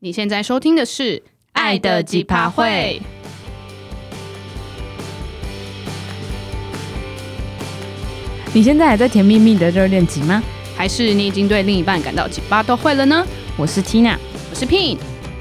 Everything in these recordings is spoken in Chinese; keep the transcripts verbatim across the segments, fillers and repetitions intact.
你现在收听的是《爱的几趴会》。 你现在还在甜蜜蜜的热恋期吗？ 还是你已经对另一半感到几趴都会了呢？ 我是 Tina， 我是 Pin。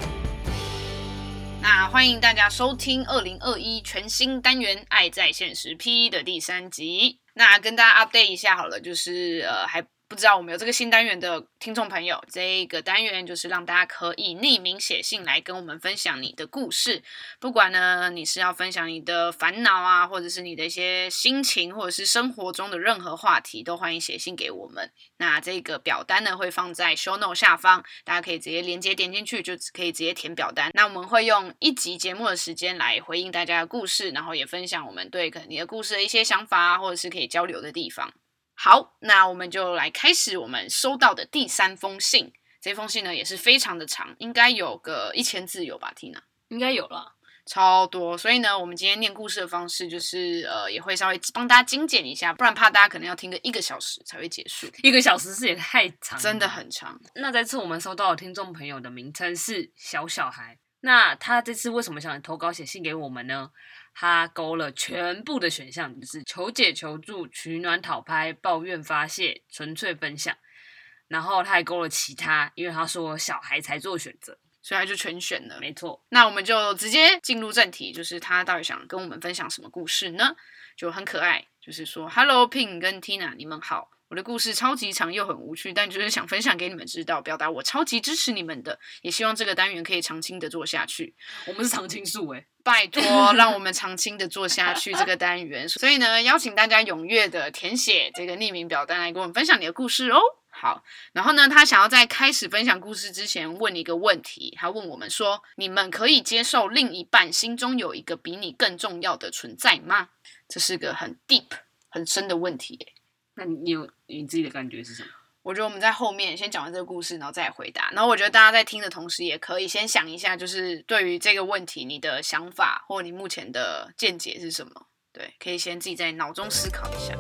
那欢迎大家收听二零二一全新单元《爱在现实 P》的第三集。那跟大家 update 一下好了，就是呃还不知道我们有这个新单元的听众朋友，这个单元就是让大家可以匿名写信来跟我们分享你的故事，不管呢你是要分享你的烦恼啊，或者是你的一些心情，或者是生活中的任何话题，都欢迎写信给我们。那这个表单呢会放在 show note 下方，大家可以直接连结点进去，就可以直接填表单。那我们会用一集节目的时间来回应大家的故事，然后也分享我们对可能你的故事的一些想法，或者是可以交流的地方。好，那我们就来开始我们收到的第三封信。这封信呢也是非常的长，应该有个一千字有吧 Tina？ 应该有了， 超多。所以呢我们今天念故事的方式就是呃也会稍微帮大家精简一下，不然怕大家可能要听个一个小时才会结束。 一个小时是也太长了， 真的很长。 那这次我们收到的听众朋友的名称是小小孩，那他这次为什么想投稿写信给我们呢？他勾了全部的选项，就是求解求助、取暖讨拍、抱怨发泄、纯粹分享，然后他还勾了其他，因为他说小孩才做选择， 所以他就全选了。 没错。 那我们就直接进入正题，就是他到底想跟我们分享什么故事呢？就很可爱，就是说 Hello Pin 跟 Tina 你们好，我的故事超级长又很无趣，但就是想分享给你们知道，表达我超级支持你们的，也希望这个单元可以长青的做下去。 我们是常青树诶， 拜托让我们长青的做下去这个单元。所以呢邀请大家踊跃的填写这个匿名表单来跟我们分享你的故事哦。好，然后呢他想要在开始分享故事之前问一个问题，他问我们说，你们可以接受另一半心中有一个比你更重要的存在吗？这是个很 deep 很深的问题耶。 那你有你自己的感觉是什么？ 我觉得我们在后面先讲完这个故事，然后再来回答。然后我觉得大家在听的同时，也可以先想一下，就是对于这个问题，你的想法或你目前的见解是什么？对，可以先自己在脑中思考一下。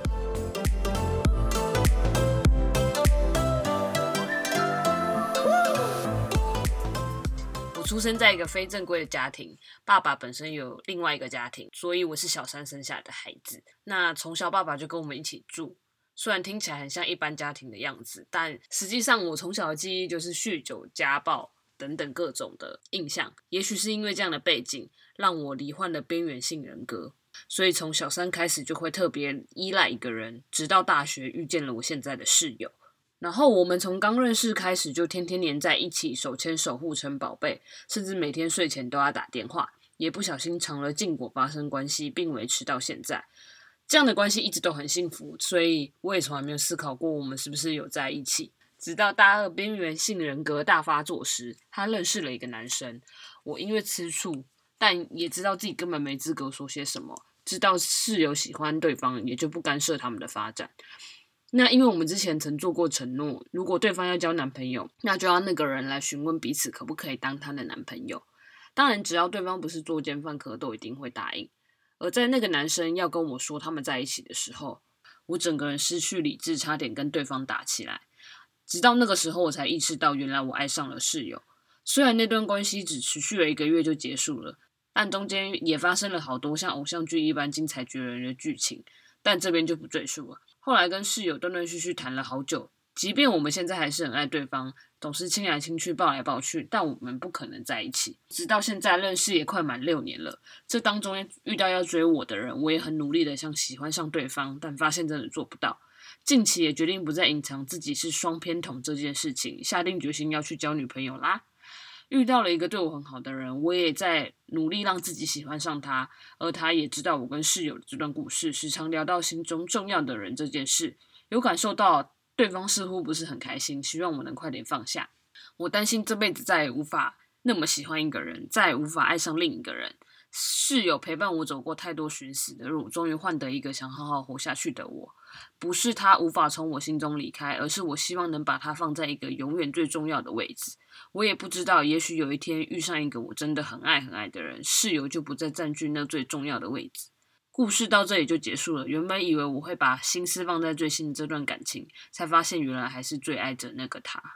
我出生在一个非正规的家庭，爸爸本身有另外一个家庭，所以我是小三生下来的孩子。那从小爸爸就跟我们一起住，虽然听起来很像一般家庭的样子，但实际上我从小的记忆就是酗酒、家暴等等各种的印象。也许是因为这样的背景，让我罹患了边缘性人格，所以从小三开始就会特别依赖一个人，直到大学遇见了我现在的室友。然后我们从刚认识开始就天天黏在一起，手牵手互称宝贝，甚至每天睡前都要打电话，也不小心尝了禁果发生关系，并维持到现在。这样的关系一直都很幸福，所以我也从来没有思考过我们是不是有在一起。直到大二边缘性人格大发作时，他认识了一个男生，我因为吃醋，但也知道自己根本没资格说些什么，知道室友喜欢对方，也就不干涉他们的发展。那因为我们之前曾做过承诺，如果对方要交男朋友，那就要那个人来询问彼此可不可以当他的男朋友。当然只要对方不是作奸犯科，都一定会答应。而在那个男生要跟我说他们在一起的时候，我整个人失去理智，差点跟对方打起来。直到那个时候我才意识到，原来我爱上了室友。虽然那段关系只持续了一个月就结束了，但中间也发生了好多像偶像剧一般精彩绝伦的剧情，但这边就不赘述了。后来跟室友断断续续谈了好久，即便我们现在还是很爱对方，总是亲来亲去抱来抱去，但我们不可能在一起。直到现在认识也快满六年了，这当中遇到要追我的人，我也很努力的想喜欢上对方，但发现真的做不到。近期也决定不再隐藏自己是双偏同这件事情，下定决心要去交女朋友啦。遇到了一个对我很好的人，我也在努力让自己喜欢上他，而他也知道我跟室友的这段故事，时常聊到心中重要的人这件事，有感受到对方似乎不是很开心，希望我能快点放下。我担心这辈子再也无法那么喜欢一个人，再也无法爱上另一个人。室友陪伴我走过太多寻死的路，终于换得一个想好好活下去的我。不是他无法从我心中离开，而是我希望能把他放在一个永远最重要的位置。我也不知道，也许有一天遇上一个我真的很爱很爱的人，室友就不再占据那最重要的位置。故事到这里就结束了，原本以为我会把心思放在最新的这段感情，才发现原来还是最爱着那个他。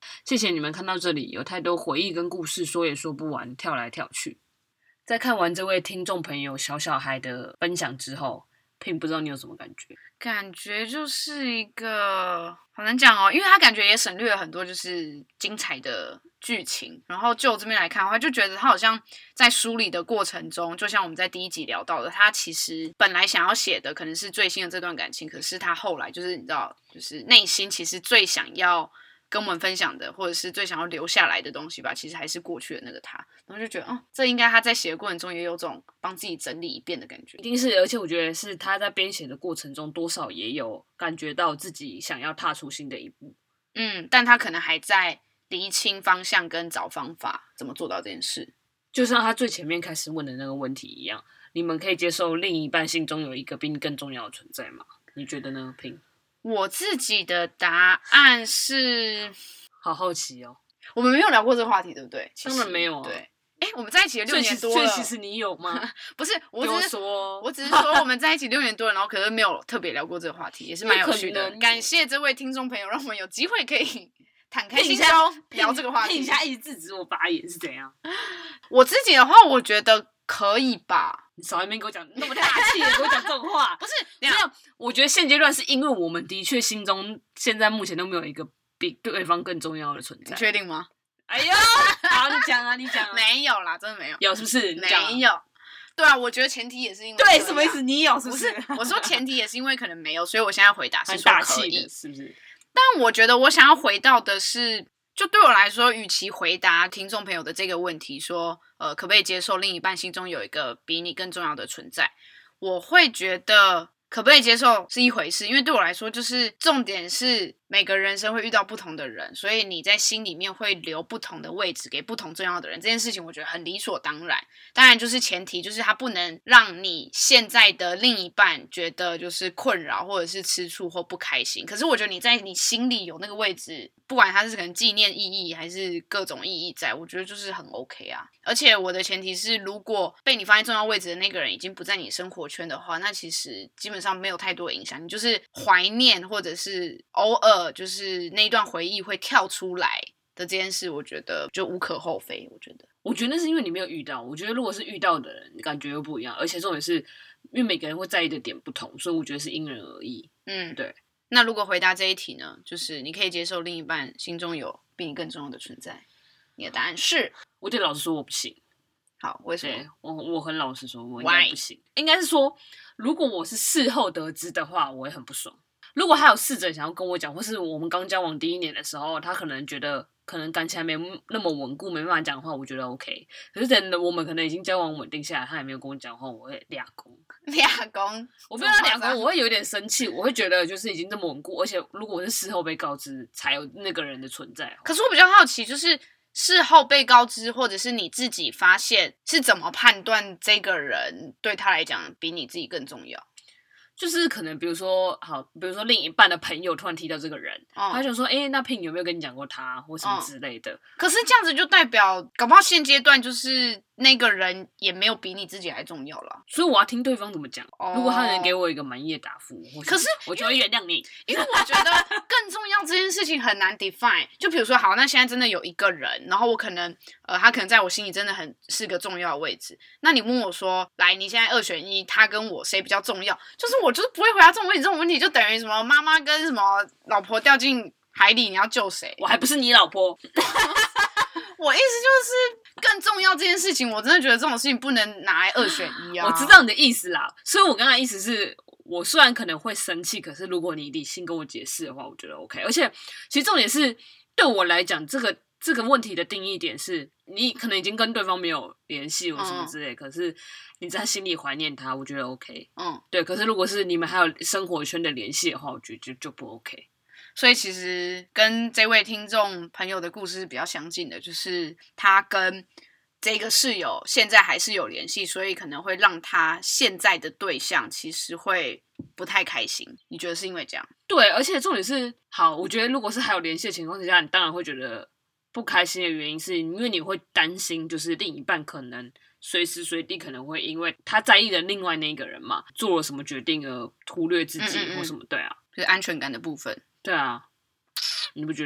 谢谢你们看到这里，有太多回忆跟故事说也说不完，跳来跳去。在看完这位听众朋友小小孩的分享之后，Pin不知道你有什么感觉？ 感觉就是一个好难讲哦，因为他感觉也省略了很多就是精彩的剧情，然后就这边来看的话，就觉得他好像在梳理的过程中，就像我们在第一集聊到的，他其实本来想要写的可能是最新的这段感情，可是他后来就是你知道，就是内心其实最想要跟我们分享的，或者是最想要留下来的东西吧，其实还是过去的那个他，然后就觉得，哦，这应该他在写的过程中也有种帮自己整理一遍的感觉。 一定是，而且我觉得是他在编写的过程中，多少也有感觉到自己想要踏出新的一步。 嗯，但他可能还在厘清方向跟找方法，怎么做到这件事。 就像他最前面开始问的那个问题一样，你们可以接受另一半心中有一个比你更重要的存在吗？你觉得呢，Pin？ 我自己的答案是， 好好奇哦。 我们没有聊过这个话题，对不对？ 当然没有啊。 对，哎，我们在一起了六年多了。 所以其实你有吗？ 不是，我只是说， 我只是说我们在一起六年多了，然后可是没有特别聊过这个话题，也是蛮有趣的。感谢这位听众朋友，让我们有机会可以坦开心胸聊这个话题。 听一下一直制止我发言是怎样？ 我自己的话，我觉得可以吧。 你少在那边给我讲那么大气的，给我讲这种话。 不是， 没有。我觉得现阶段是因为我们的确心中现在目前都没有一个比对方更重要的存在。 你确定吗？ 哎呦，好，你讲啊，你讲啊。 没有啦，真的没有。 有是不是？ 没有。对啊，我觉得前提也是因为对，什么意思？你有是不是？我说前提也是因为可能没有，所以我现在回答是说可以， 是不是？ 但我觉得我想要回到的是。就对我来说，与其回答听众朋友的这个问题，说，呃，可不可以接受另一半心中有一个比你更重要的存在，我会觉得可不可以接受是一回事，因为对我来说，就是重点是每个人生会遇到不同的人，所以你在心里面会留不同的位置给不同重要的人，这件事情我觉得很理所当然。当然，就是前提就是他不能让你现在的另一半觉得就是困扰，或者是吃醋或不开心。可是我觉得你在你心里有那个位置，不管它是可能纪念意义还是各种意义在，我觉得就是很 OK 啊。而且我的前提是，如果被你放在重要位置的那个人已经不在你生活圈的话，那其实基本上没有太多的影响，你就是怀念或者是偶尔就是那一段回忆会跳出来的这件事，我觉得就无可厚非。我觉得， 我觉得那是因为你没有遇到。我觉得如果是遇到的人，感觉又不一样。而且重点是因为每个人会在意的点不同，所以我觉得是因人而异。 嗯， 对。 那如果回答这一题呢，就是你可以接受另一半心中有比你更重要的存在，你的答案是？ 我对老实说我不行。 好，为什么？ 我我很老实说，我应该不行。应该是说，如果我是事后得知的话，我会很不爽。如果他有试着想要跟我讲，或是我们刚交往第一年的时候，他可能觉得可能感情还没那么稳固，没办法讲的话，我觉得 OK。可是等我们可能已经交往稳定下来，他也没有跟我讲话，我会俩公俩公， 我不知道俩公，我会有点生气，我会觉得就是已经这么稳固，而且如果我是事后被告知才有那个人的存在。 可是我比较好奇，就是事后被告知，或者是你自己发现，是怎么判断这个人对他来讲比你自己更重要？ 就是可能比如说好，比如说另一半的朋友突然提到这个人，哦、他就说：“哎、欸，那 Pin 有没有跟你讲过他或什么之类的？”哦、 可是这样子就代表，搞不好现阶段就是那个人也没有比你自己还重要了。 所以我要听对方怎么讲。哦、如果他能给我一个满意的答复， 可是我就会原谅你。 因为我觉得更重要这件事情很难 define。就比如说，好，那现在真的有一个人，然后我可能呃，他可能在我心里真的很是个重要的位置。那你问我说，来，你现在二选一，他跟我谁比较重要？就是我就是不会回答这种问题。这种问题就等于什么妈妈跟什么老婆掉进海里，你要救谁？ 我还不是你老婆。 我意思就是更重要这件事情，我真的觉得这种事情不能拿来二选一啊。 我知道你的意思啦，所以我刚才意思是我虽然可能会生气，可是如果你理性跟我解释的话，我觉得 OK。而且其实重点是对我来讲，这个这个问题的定义点是你可能已经跟对方没有联系或什么之类，嗯、可是你在心里怀念他，我觉得 OK。嗯，对。可是如果是你们还有生活圈的联系的话，我觉得就就不 OK。 所以其实跟这位听众朋友的故事是比较相近的，就是他跟这个室友现在还是有联系，所以可能会让他现在的对象其实会不太开心。你觉得是因为这样？ 对，而且重点是，好，我觉得如果是还有联系的情况之下，你当然会觉得不开心的原因是因为你会担心，就是另一半可能随时随地可能会因为他在意的另外那个人嘛，做了什么决定而忽略自己或什么。嗯嗯嗯，对啊， 就是安全感的部分。 对啊，你不觉得吗？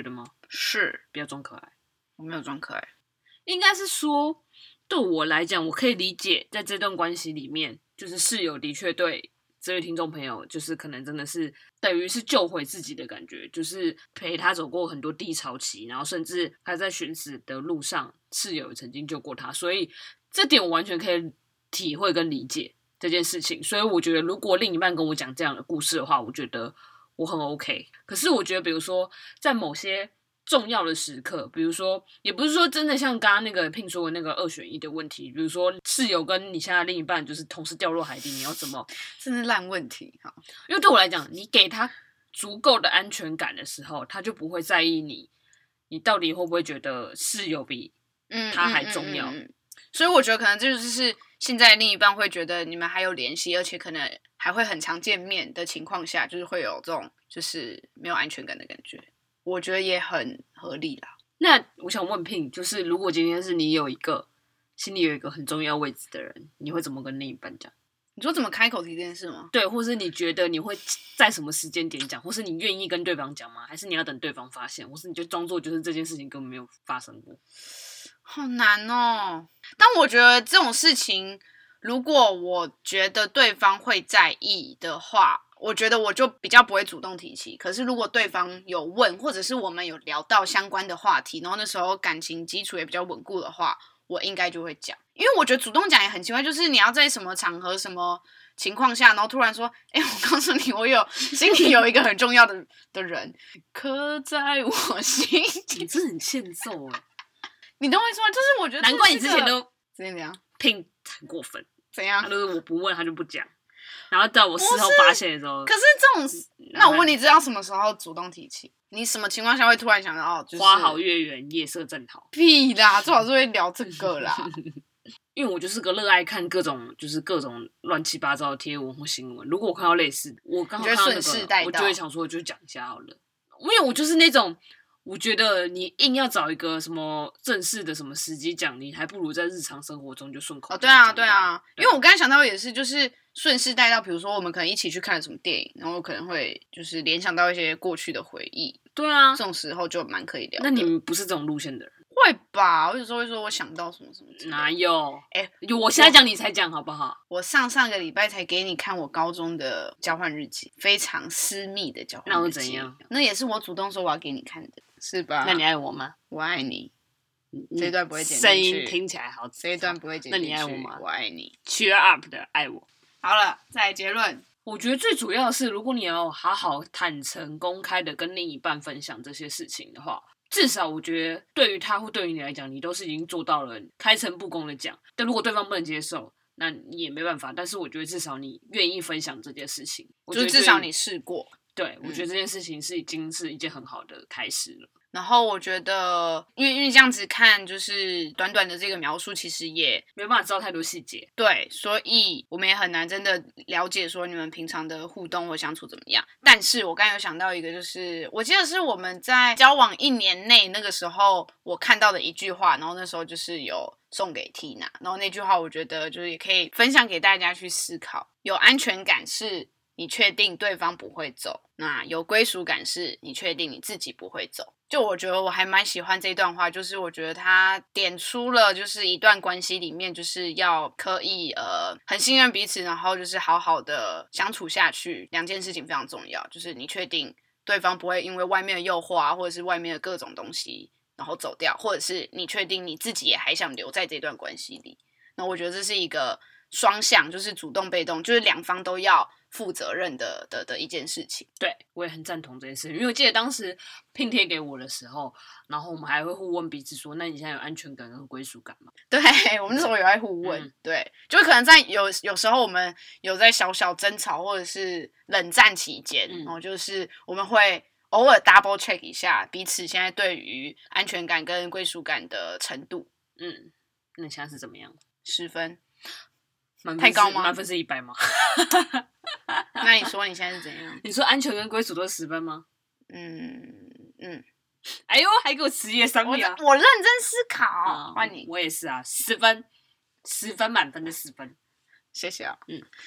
是， 不要装可爱。 我没有装可爱， 应该是说，对我来讲，我可以理解，在这段关系里面，就是室友的确对这位听众朋友，就是可能真的是等于是救回自己的感觉，就是陪他走过很多低潮期，然后甚至他在寻死的路上，室友也曾经救过他，所以这点我完全可以体会跟理解这件事情。所以我觉得，如果另一半跟我讲这样的故事的话，我觉得我很 OK。可是我觉得，比如说在某些重要的时刻，比如说，也不是说真的像刚刚那个聘说的那个二选一的问题，比如说室友跟你现在另一半就是同时掉落海底，你要怎么？ 真是烂问题哈。 因为对我来讲，你给他足够的安全感的时候，他就不会在意你，你到底会不会觉得室友比他还重要？ 嗯嗯嗯嗯嗯、所以我觉得可能这就是现在另一半会觉得你们还有联系，而且可能还会很常见面的情况下，就是会有这种就是没有安全感的感觉。我觉得也很合理啦。 那我想问聘，就是如果今天是你有一个心里有一个很重要位置的人，你会怎么跟另一半讲？ 你说怎么开口提这件事吗？ 对，或是你觉得你会在什么时间点讲，或是你愿意跟对方讲吗？还是你要等对方发现，或是你就装作就是这件事情根本没有发生过？ 好难哦。但我觉得这种事情，如果我觉得对方会在意的话，我觉得我就比较不会主动提起。可是如果对方有问，或者是我们有聊到相关的话题，然后那时候感情基础也比较稳固的话，我应该就会讲。因为我觉得主动讲也很奇怪，就是你要在什么场合、什么情况下，然后突然说：“哎、欸，我告诉你，我有心里有一个很重要的的人，刻在我心。” 你真的很欠揍哎！ 你懂我意思吗？就是我觉得难怪你之前都之前怎样聘很过分， 怎样？ 他都是我不问他就不讲。然后在我事后发现的时候， 可是这种，那我问你，知道什么时候主动提起？你什么情况下会突然想到哦？就是花好月圆，夜色正好。 屁啦，最好是会聊这个啦。 因为我就是个热爱看各种就是各种乱七八糟的贴文或新闻。如果我看到类似，我刚好看到那个，我就会想说，我就讲一下好了。因为我就是那种。我觉得你硬要找一个什么正式的什么时机讲，你还不如在日常生活中就顺口。 哦，对啊，对啊，因为我刚才想到也是，就是顺势带到，比如说我们可能一起去看了什么电影，然后可能会就是联想到一些过去的回忆。 对啊， 这种时候就蛮可以聊的。 那你们不是这种路线的人？ 会吧，我有时候会说我想到什么什么之类的。 哪有？ 哎、欸， 我现在讲你才讲好不好？ 我上上个礼拜才给你看我高中的交换日记，非常私密的交换日记。 那我怎样？ 那也是我主动说我要给你看的，是吧？ 那你爱我吗？ 我爱你。这一段不会剪进去， 声音听起来好。 这一段不会剪进去。 那你爱我吗？ 我爱你。 Cheer up 的爱我。 好了，再来结论。 我觉得最主要的是，如果你要好好坦诚、公开的跟另一半分享这些事情的话，至少我觉得对于他或对于你来讲，你都是已经做到了开诚布公的讲。但如果对方不能接受，那你也没办法。但是我觉得至少你愿意分享这件事情， 就是至少你试过。 对，我觉得这件事情是已经是一件很好的开始了。 然后我觉得，因为因为这样子看，就是短短的这个描述，其实也没办法知道太多细节。 对，所以我们也很难真的了解说你们平常的互动或相处怎么样。但是我刚才有想到一个，就是我记得是我们在交往一年内那个时候，我看到的一句话，然后那时候就是有送给 Tina， 然后那句话我觉得就是也可以分享给大家去思考。有安全感是你确定对方不会走，那有归属感是你确定你自己不会走。就我觉得我还蛮喜欢这段话，就是我觉得他点出了就是一段关系里面就是要可以呃很信任彼此，然后就是好好的相处下去，两件事情非常重要，就是你确定对方不会因为外面的诱惑啊，或者是外面的各种东西然后走掉，或者是你确定你自己也还想留在这段关系里。那我觉得这是一个双向，就是主动被动，就是两方都要负责任的的的一件事情。 对，我也很赞同这件事，因为我记得当时拼贴给我的时候，然后我们还会互问彼此说，那你现在有安全感跟归属感吗？ 对，我们那时候有在互问、嗯、对，就可能在有有时候我们有在小小争吵或者是冷战期间、嗯、然后就是我们会偶尔 double check 一下彼此现在对于安全感跟归属感的程度。 嗯，那你现在是怎么样？ 十分。 太高吗？满分是一百吗？ 那你说你现在是怎样？ 你说安全跟归属都是十分吗？ 嗯嗯。 哎呦，还给我词业三秒、啊。 我认真思考。换、嗯、你。 我也是啊，十分，十分满分的十分。 谢谢啊。 嗯。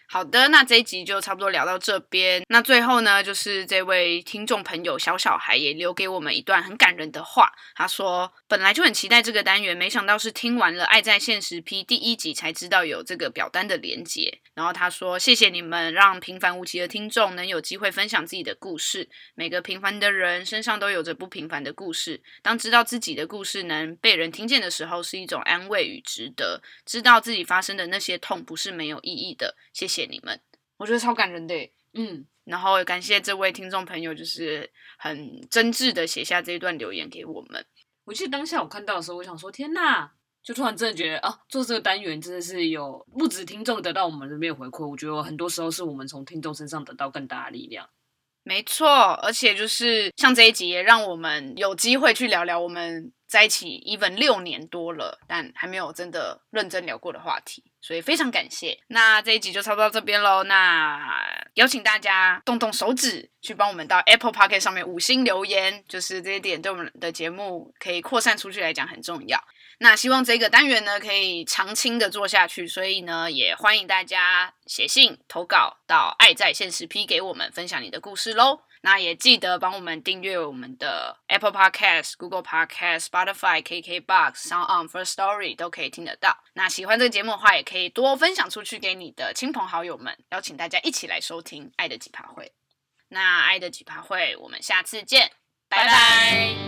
好的，那这一集就差不多聊到这边。那最后呢，就是这位听众朋友小小孩也留给我们一段很感人的话。他说，本来就很期待这个单元，没想到是听完了《爱在现实批》第一集才知道有这个表单的连结。然后他说，谢谢你们让平凡无奇的听众能有机会分享自己的故事。每个平凡的人身上都有着不平凡的故事，当知道自己的故事能被人听见的时候，是一种安慰与值得。知道自己发生的那些痛不是没有意义的，谢谢你们，我觉得超感人的耶。 嗯， 然后感谢这位听众朋友，就是很真挚的写下这一段留言给我们。 我记得当下我看到的时候，我想说天哪，就突然真的觉得啊，做这个单元真的是有不止听众得到我们这边回馈，我觉得很多时候是我们从听众身上得到更大的力量。 没错，而且就是像这一集也让我们有机会去聊聊我们在一起 even 六年多了，但还没有真的认真聊过的话题，所以非常感谢。那这一集就差不多到这边咯，那邀请大家动动手指去帮我们到 Apple Podcast 上面五星留言，就是这一点对我们的节目可以扩散出去来讲很重要。那希望这个单元呢可以长青的做下去，所以呢也欢迎大家写信投稿到爱在现实批给我们分享你的故事咯。那也记得帮我们订阅我们的 Apple Podcast、Google Podcast、Spotify、K K Box、SoundOn、First Story 都可以听得到。那喜欢这个节目的话，也可以多分享出去给你的亲朋好友们，邀请大家一起来收听爱的几趴会。那爱的几趴会，我们下次见，拜拜。